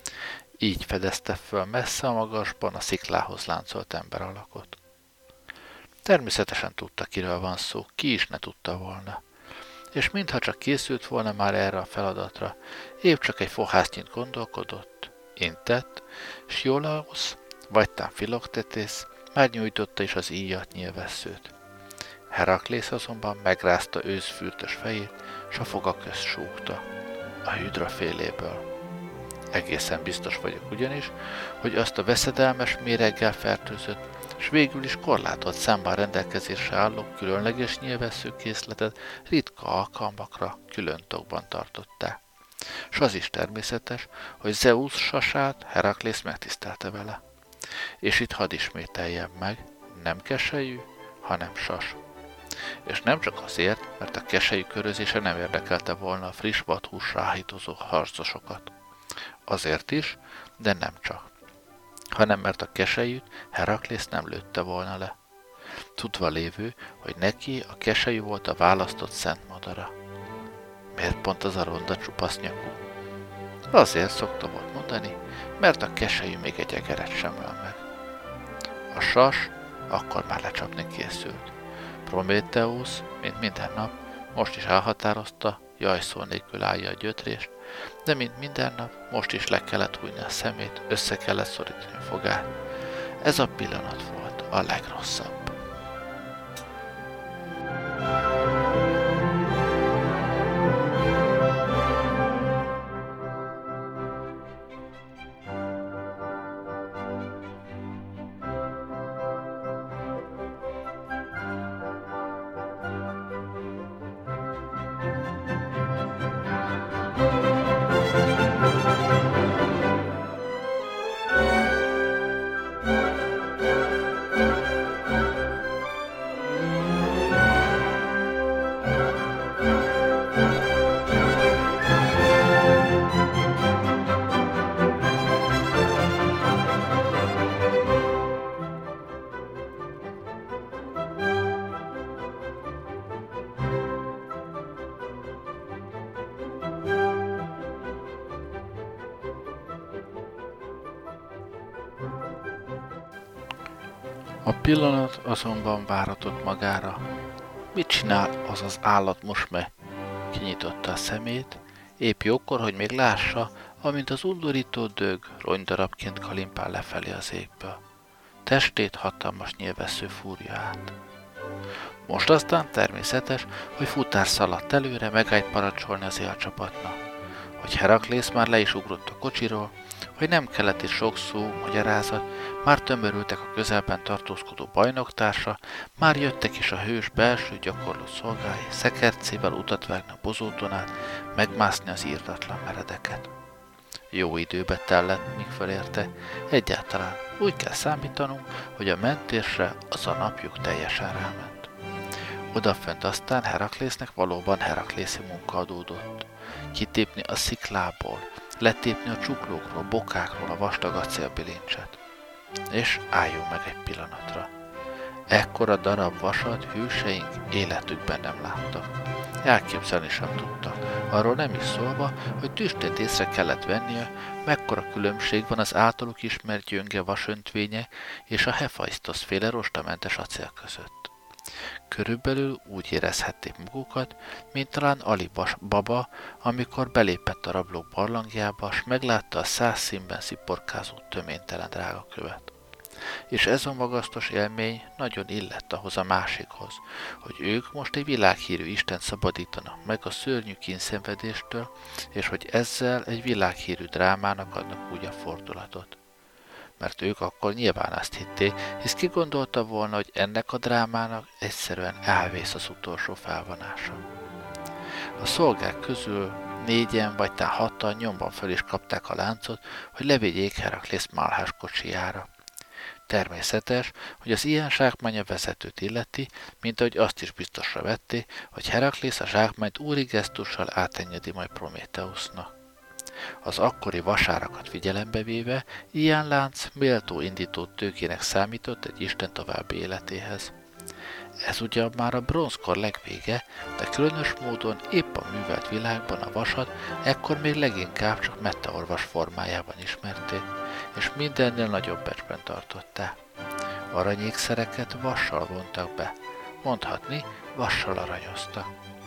Így fedezte föl messze a magasban a sziklához láncolt ember alakot. Természetesen tudta, kiről van szó, ki is ne tudta volna. És mintha csak készült volna már erre a feladatra, épp csak egy fohásznyit gondolkodott, intett, s Iolaus, vagy tán Filoktetész megnyújtotta is az íjat nyilvesszőt. Heraklész azonban megrázta őszfürtös fejét, s a foga közt súgta, a hüdra féléből. Egészen biztos vagyok ugyanis, hogy azt a veszedelmes méreggel fertőzött, s végül is korlátolt számban rendelkezésre álló különleges nyilvesszőkészletet ritka alkalmakra külön tokban tartották. S az is természetes, hogy Zeus sasát Heraklész megtisztelte vele. És itt hadd ismételjem meg, nem keselyű, hanem sas. És nem csak azért, mert a keselyű körözése nem érdekelte volna a friss vadhúsra áhítozó harcosokat. Azért is, de nem csak. Hanem mert a keselyűt Heraklész nem lőtte volna le. Tudva lévő, hogy neki a keselyű volt a választott szent madara. Miért pont az a ronda csupasz nyakú? Azért szokta volt mondani, mert a keselyű még egy egeret sem öl meg. A sas akkor már lecsapni készült. Prométheusz, mint minden nap, most is elhatározta, jajszó nélkül állja a gyötrést, de mint minden nap, most is le kellett hújni a szemét, össze kellett szorítani a fogát. Ez a pillanat volt a legrosszabb. A pillanat azonban váratott magára. Mit csinál az az állat most meg? Kinyitotta a szemét, épp jókor, hogy még lássa, amint az undorító dög rongydarabként kalimpál lefelé az égből. Testét hatalmas nyilvessző fúrja át. Most aztán természetes, hogy futár szaladt előre megállt parancsolni az élcsapatnak. Hogy Heraklész már le is ugrott a kocsiról, hogy nem kellett is sok szó, magyarázat, már tömörültek a közelben tartózkodó bajnoktársa, már jöttek is a hős belső gyakorló szolgái, szekercével utat vágni a bozóton át, megmászni az írdatlan meredeket. Jó időbe tellett, míg felérte, egyáltalán úgy kell számítanunk, hogy a mentésre az a napjuk teljesen ráment. Odafönt aztán Heraklésznek valóban heraklészi munka adódott. Kitépni a sziklából, letépni a csuklókról, bokákról a vastag acélbilincset. És álljunk meg egy pillanatra. Ekkora darab vasat hőseink életükben nem láttak. Elképzelni sem tudtak, arról nem is szólva, hogy tüstént észre kellett vennie, mekkora különbség van az általuk ismert gyönge vasöntvénye és a Hephaistos-féle rostamentes acél között. Körülbelül úgy érezhették magukat, mint talán Ali baba, amikor belépett a rablók barlangjába, s meglátta a 100 színben sziporkázó töménytelen drágakövet. És ez a magasztos élmény nagyon illett ahhoz a másikhoz, hogy ők most egy világhírű Istent szabadítanak meg a szörnyű kínszenvedéstől, és hogy ezzel egy világhírű drámának adnak úgy a fordulatot. Mert ők akkor nyilván azt hitték, hisz ki gondolta volna, hogy ennek a drámának egyszerűen elvész az utolsó felvonása. A szolgák közül 4-en vagy talán 6-an nyomban fel is kapták a láncot, hogy levigyék Heraklész málhás kocsijára. Természetes, hogy az ilyen zsákmány a vezetőt illeti, mint ahogy azt is biztosra vették, hogy Heraklész a zsákmányt úri gesztussal átengedi majd Prométheusznak. Az akkori vasárakat figyelembe véve, ilyen lánc méltó indító tőkének számított egy isten további életéhez. Ez ugyan már a bronzkor legvége, de különös módon épp a művelt világban a vasat ekkor még leginkább csak meteorvas formájában ismerték, és mindennél nagyobb becsben tartották. Aranyékszereket vassal vontak be, mondhatni, vassal aranyoztak.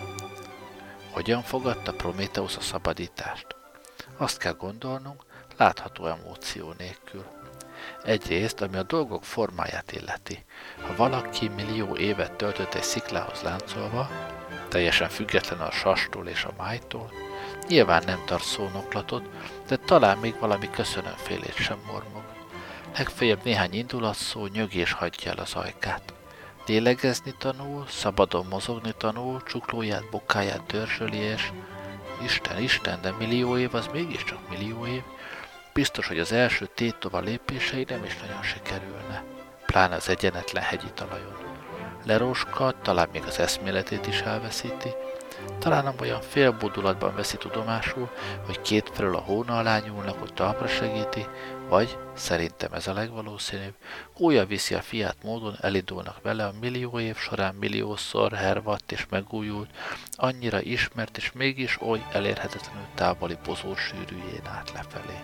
Hogyan fogadta Prométheusz a szabadítást? Azt kell gondolnunk, látható emóció nélkül. Egyrészt, ami a dolgok formáját illeti. Ha valaki millió évet töltött egy sziklához láncolva, teljesen független a sastól és a májtól, nyilván nem tart szónoklatot, de talán még valami köszönömfélét sem mormog. Legfeljebb néhány indulatszó nyögés hagyja el az ajkát. Lélegezni tanul, szabadon mozogni tanul, csuklóját, bokáját dörzsöli, és Isten, de millió év az mégiscsak millió év. Biztos, hogy az első tétova lépései nem is nagyon sikerülne, pláne az egyenetlen hegyi talajon. Leroskad, talán még az eszméletét is elveszíti, talán nem olyan félbódulatban veszi tudomásul, hogy kétfelől a hóna alá nyúlnak, hogy talpra segíti, vagy, szerintem ez a legvalószínűbb, gólya viszi a fiát módon, elindulnak vele a millió év során milliószor hervadt és megújult, annyira ismert és mégis oly elérhetetlenül távoli bozósűrűjén át lefelé.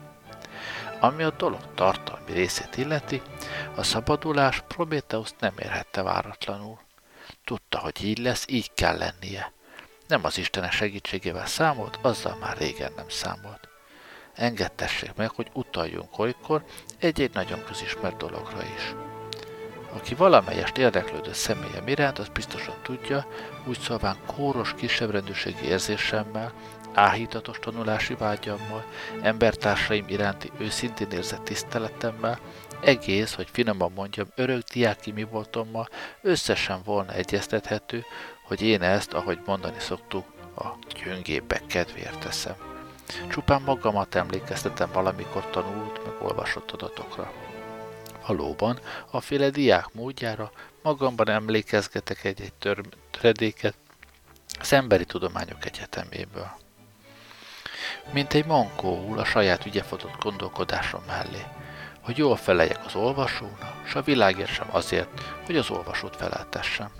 Ami a dolog tartalmi részét illeti, a szabadulás Prométheusz nem érhette váratlanul. Tudta, hogy így lesz, így kell lennie. Nem az Istenek segítségével számolt, azzal már régen nem számolt. Engedtessék meg, hogy utaljunk olykor egy-egy nagyon közismert dologra is. Aki valamelyest érdeklődő személyem iránt, az biztosan tudja, úgy szólván kóros kisebbrendűségi érzésemmel, áhítatos tanulási vágyammal, embertársaim iránti őszintén érzett tiszteletemmel, egész, hogy finoman mondjam, örök diáki mi voltommal összesen volna egyeztethető, hogy én ezt, ahogy mondani szoktuk, a gyöngébbek kedvéért teszem. Csupán magamat emlékeztetem valamikor tanult, meg olvasott adatokra. Valóban, aféle diák módjára magamban emlékezgetek egy-egy töredéket az Emberi Tudományok Egyeteméből. Mint egy mankóul a saját ügyefotott gondolkodásom mellé, hogy jól feleljek az olvasónak, s a világért sem azért, hogy az olvasót feleltessem.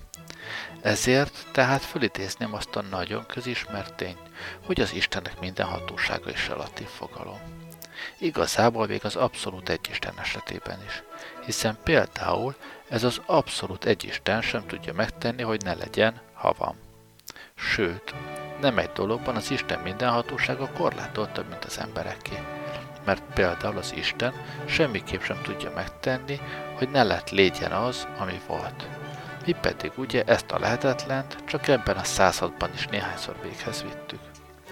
Ezért tehát fölidézném azt a nagyon közismert tényt, hogy az Istennek minden hatósága is relatív fogalom. Igazából még az abszolút egyisten esetében is, hiszen például ez az abszolút egyisten sem tudja megtenni, hogy ne legyen, ha van. Sőt, nem egy dologban az Isten mindenhatósága korlátoltabb, mint az embereké, mert például az Isten semmiképp sem tudja megtenni, hogy ne lett légyen az, ami volt. Mi pedig ugye ezt a lehetetlent csak ebben a században is néhányszor véghez vittük.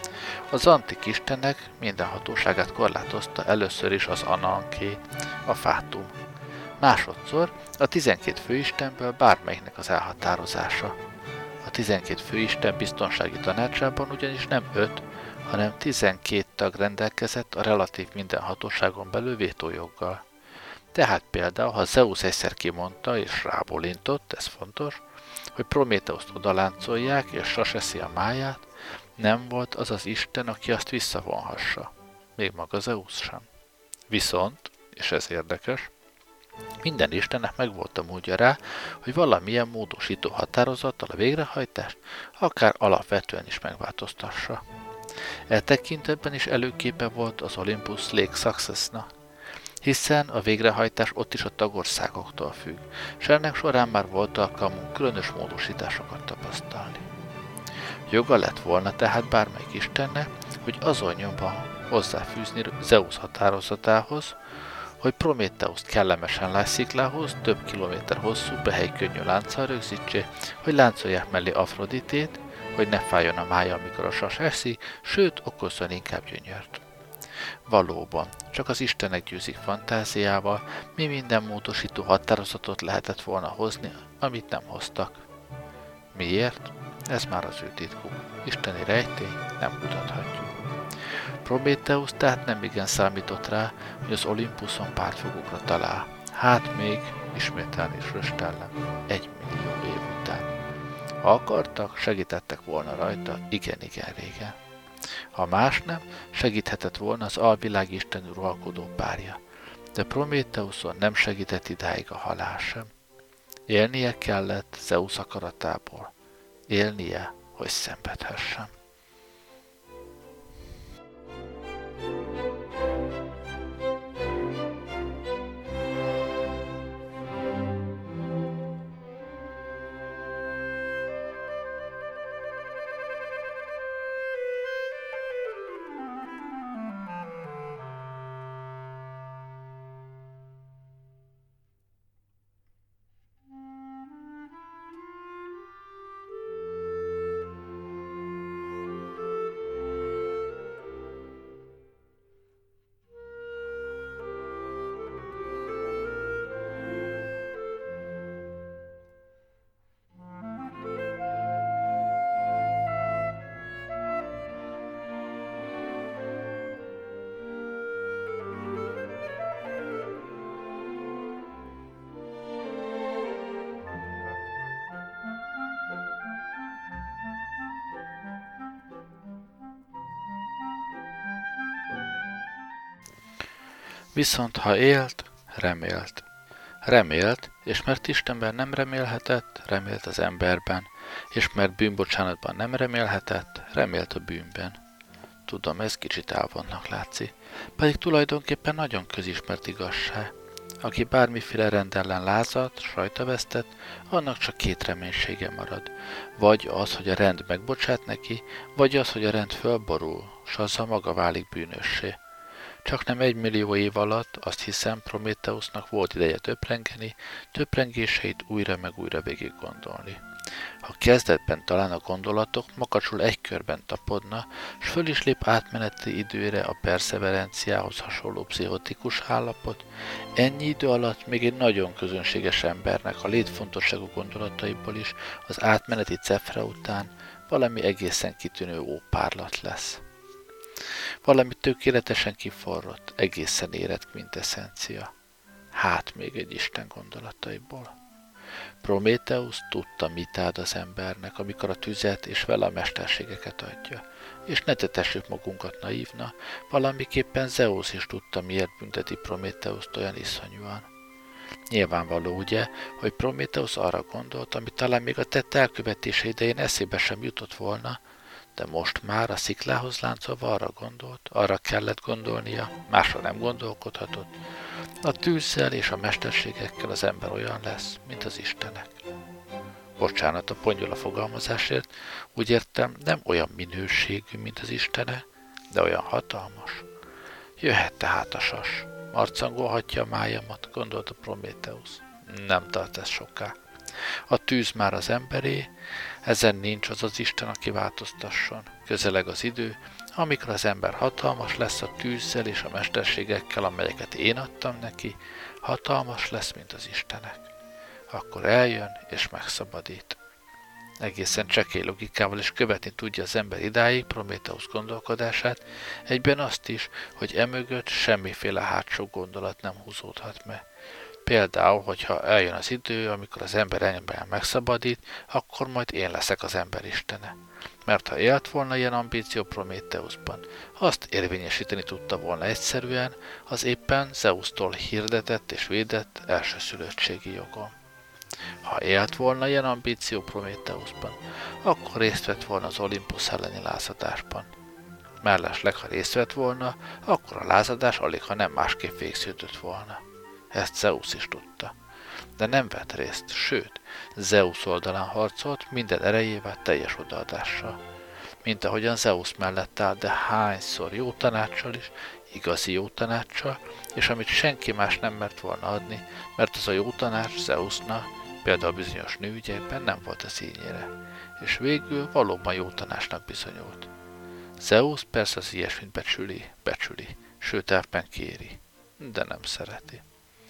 Az antik istenek mindenhatóságát korlátozta először is az Ananké, a fátum. Másodszor a 12 főistenből bármelyiknek az elhatározása. A 12 főisten biztonsági tanácsában ugyanis nem 5, hanem 12 tag rendelkezett a relatív mindenhatóságon belül vétójoggal. Tehát például, ha Zeus egyszer kimondta és rábólintott, ez fontos, hogy Prométheuszt odaláncolják és saseszi a máját, nem volt az az Isten, aki azt visszavonhassa. Még maga Zeus sem. Viszont, és ez érdekes, minden istennek megvolt a módja rá, hogy valamilyen módosító határozattal a végrehajtást akár alapvetően is megváltoztassa. E tekintetben is előképe volt az Olympus Lake Successnak, hiszen a végrehajtás ott is a tagországoktól függ, s ennek során már volt alkalmunk különös módosításokat tapasztalni. Joga lett volna tehát bármelyik istennek, hogy azon nyomban hozzáfűzni Zeus határozatához, hogy Prométheuszt kellemesen lágysziklához, több kilométer hosszú, behely-könnyű lánccal rögzítse, hogy láncolják mellé Afroditét, hogy ne fájjon a mája, amikor a sas eszi, sőt, okozzon inkább gyönyört. Valóban, csak az istenek győzik fantáziával, mi minden módosító határozatot lehetett volna hozni, amit nem hoztak. Miért? Ez már az ő titkuk. Isteni rejtély, nem kutathatjuk. Prométheusz tehát nem igen számított rá, hogy az Olimpuszon pártfogókra talál. Hát még, ismételni is röstellem, 1 millió év után. Ha akartak, segítettek volna rajta igen-igen régen. Ha más nem, segíthetett volna az alvilág istenű uralkodó párja. De Prométheuszon nem segített idáig a halál sem. Élnie kellett Zeusz akaratából. Élnie, hogy szenvedhessen. Viszont ha élt, remélt. Remélt, és mert Istenben nem remélhetett, remélt az emberben, és mert bűnbocsánatban nem remélhetett, remélt a bűnben. Tudom, ez kicsit elvonnak látszik, pedig tulajdonképpen nagyon közismert igazság. Aki bármiféle rend ellen lázadt, s rajta vesztett, annak csak 2 reménysége marad. Vagy az, hogy a rend megbocsát neki, vagy az, hogy a rend fölborul, s azzal maga válik bűnössé. Csak nem 1 millió év alatt, azt hiszem, Prométheusznak volt ideje töprengeni, töprengéseit újra meg újra végig gondolni. Ha kezdetben talán a gondolatok makacsul egy körben tapodna, s föl is lép átmeneti időre a perszeverenciához hasonló pszichotikus állapot, ennyi idő alatt még egy nagyon közönséges embernek a létfontosságú gondolataiból is az átmeneti cefre után valami egészen kitűnő ópárlat lesz. Valami tökéletesen kiforrott, egészen érett kvintessencia. Hát még egy Isten gondolataiból. Prométheusz tudta, mit ad az embernek, amikor a tüzet és vele a mesterségeket adja. És ne tetessük magunkat naívna, valamiképpen Zeusz is tudta, miért bünteti Prométheuszt olyan iszonyúan. Nyilvánvaló ugye, hogy Prométheusz arra gondolt, ami talán még a tett elkövetése idején eszébe sem jutott volna, de most már a sziklához láncolva arra kellett gondolnia, másra nem gondolkodhatott. A tűzzel és a mesterségekkel az ember olyan lesz, mint az istenek. Bocsánat a pongyola fogalmazásért, úgy értem, nem olyan minőségű, mint az istene, de olyan hatalmas. Jöhet tehát a sas, marcangolhatja a májamat, gondolta Prométheusz. Nem tart ez soká. A tűz már az emberé, ezen nincs az az Isten, aki változtasson. Közeleg az idő, amikor az ember hatalmas lesz a tűzzel és a mesterségekkel, amelyeket én adtam neki, hatalmas lesz, mint az Istenek. Akkor eljön és megszabadít. Egészen csekély logikával is követni tudja az ember idáig Prométheusz gondolkodását, egyben azt is, hogy emögött semmiféle hátsó gondolat nem húzódhat meg. Például, hogyha eljön az idő, amikor az ember engem megszabadít, akkor majd én leszek az ember istene. Mert ha élt volna ilyen ambíció Prométheuszban, azt érvényesíteni tudta volna egyszerűen az éppen Zeusztól hirdetett és védett elsőszülöttségi jogon. Ha élt volna ilyen ambíció Prométheuszban, akkor részt vett volna az Olimpusz elleni lázadásban. Mellesleg, ha részt vett volna, akkor a lázadás aligha nem másképp végződött volna. Ezt Zeusz is tudta. De nem vett részt, sőt, Zeusz oldalán harcolt minden erejével teljes odaadással. Mint ahogyan Zeusz mellett áll, de hányszor jó tanácssal is, igazi jó tanácssal, és amit senki más nem mert volna adni, mert az a jó tanács Zeusznak, például bizonyos nőügyekben nem volt az ínyére, és végül valóban jó tanácsnak bizonyult. Zeusz persze az ilyesmit becsüli, sőt elpen kéri, de nem szereti.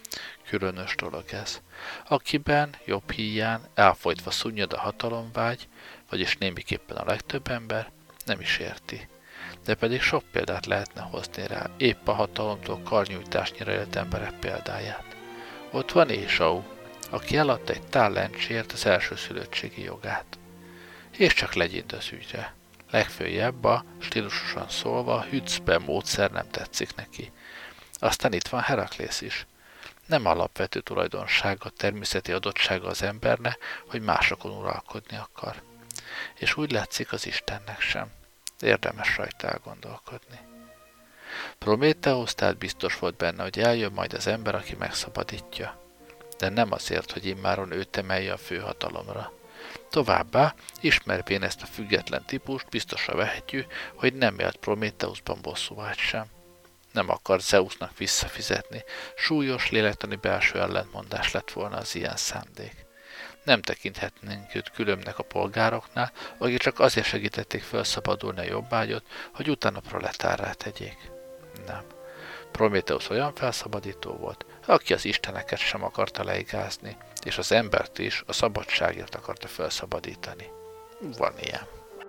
Különös dolog ez, akiben jobb híján elfolytva szunnyad a hatalomvágy, vagyis némiképpen a legtöbb ember nem is érti. De pedig sok példát lehetne hozni rá, épp a hatalomtól karnyújtásnyira élt emberek példáját. Ott van Ésau, aki eladta egy tál lencsért az elsőszülöttségi jogát. És csak legyint az ügyre. Legfőjebb a, stílusosan szólva, hüccbe módszer nem tetszik neki. Aztán itt van Heraklész is. Nem alapvető tulajdonsága, természeti adottsága az embernek, hogy másokon uralkodni akar. És úgy látszik az Istennek sem. Érdemes rajta elgondolkodni. Prométheusz tehát biztos volt benne, hogy eljön majd az ember, aki megszabadítja. De nem azért, hogy immáron őt emelje a főhatalomra. Továbbá, ismervén ezt a független típust, biztosra vehetjük, hogy nem élt Prométheuszban bosszúvágy sem. Nem akart Zeusnak visszafizetni, súlyos lélektani belső ellentmondás lett volna az ilyen szándék. Nem tekinthetnénk őt különbnek a polgároknál, akik csak azért segítették felszabadulni a jobbágyot, hogy utána proletárrá tegyék. Nem. Prométheusz olyan felszabadító volt, aki az isteneket sem akarta leigázni, és az embert is a szabadságért akarta felszabadítani. Van ilyen.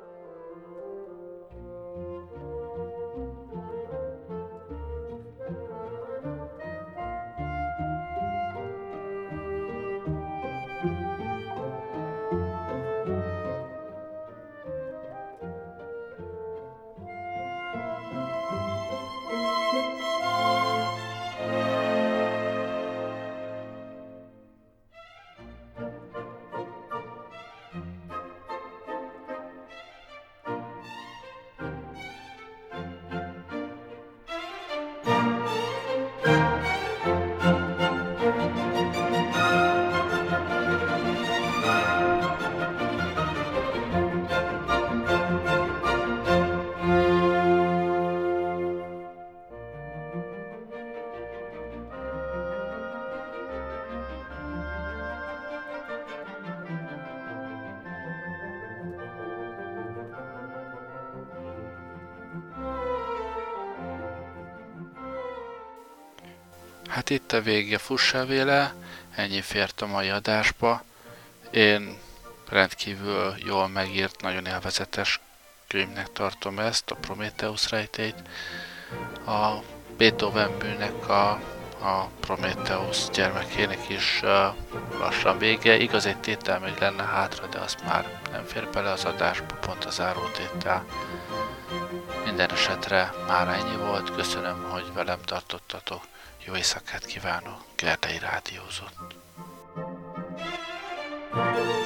Hát itt a vége, fussál véle, ennyi fért a mai adásba. Én rendkívül jól megírt, nagyon élvezetes könyvnek tartom ezt, a Prométheusz rejtélyt. A Beethoven műnek a Prométheusz gyermekének is lassan vége. Igaz, egy tétel még lenne hátra, de azt már nem fér bele az adásba, pont a zárótétel. Minden esetre már ennyi volt, köszönöm, hogy velem tartottatok. Jó éjszakát kívánok, Gerdei rádiózott.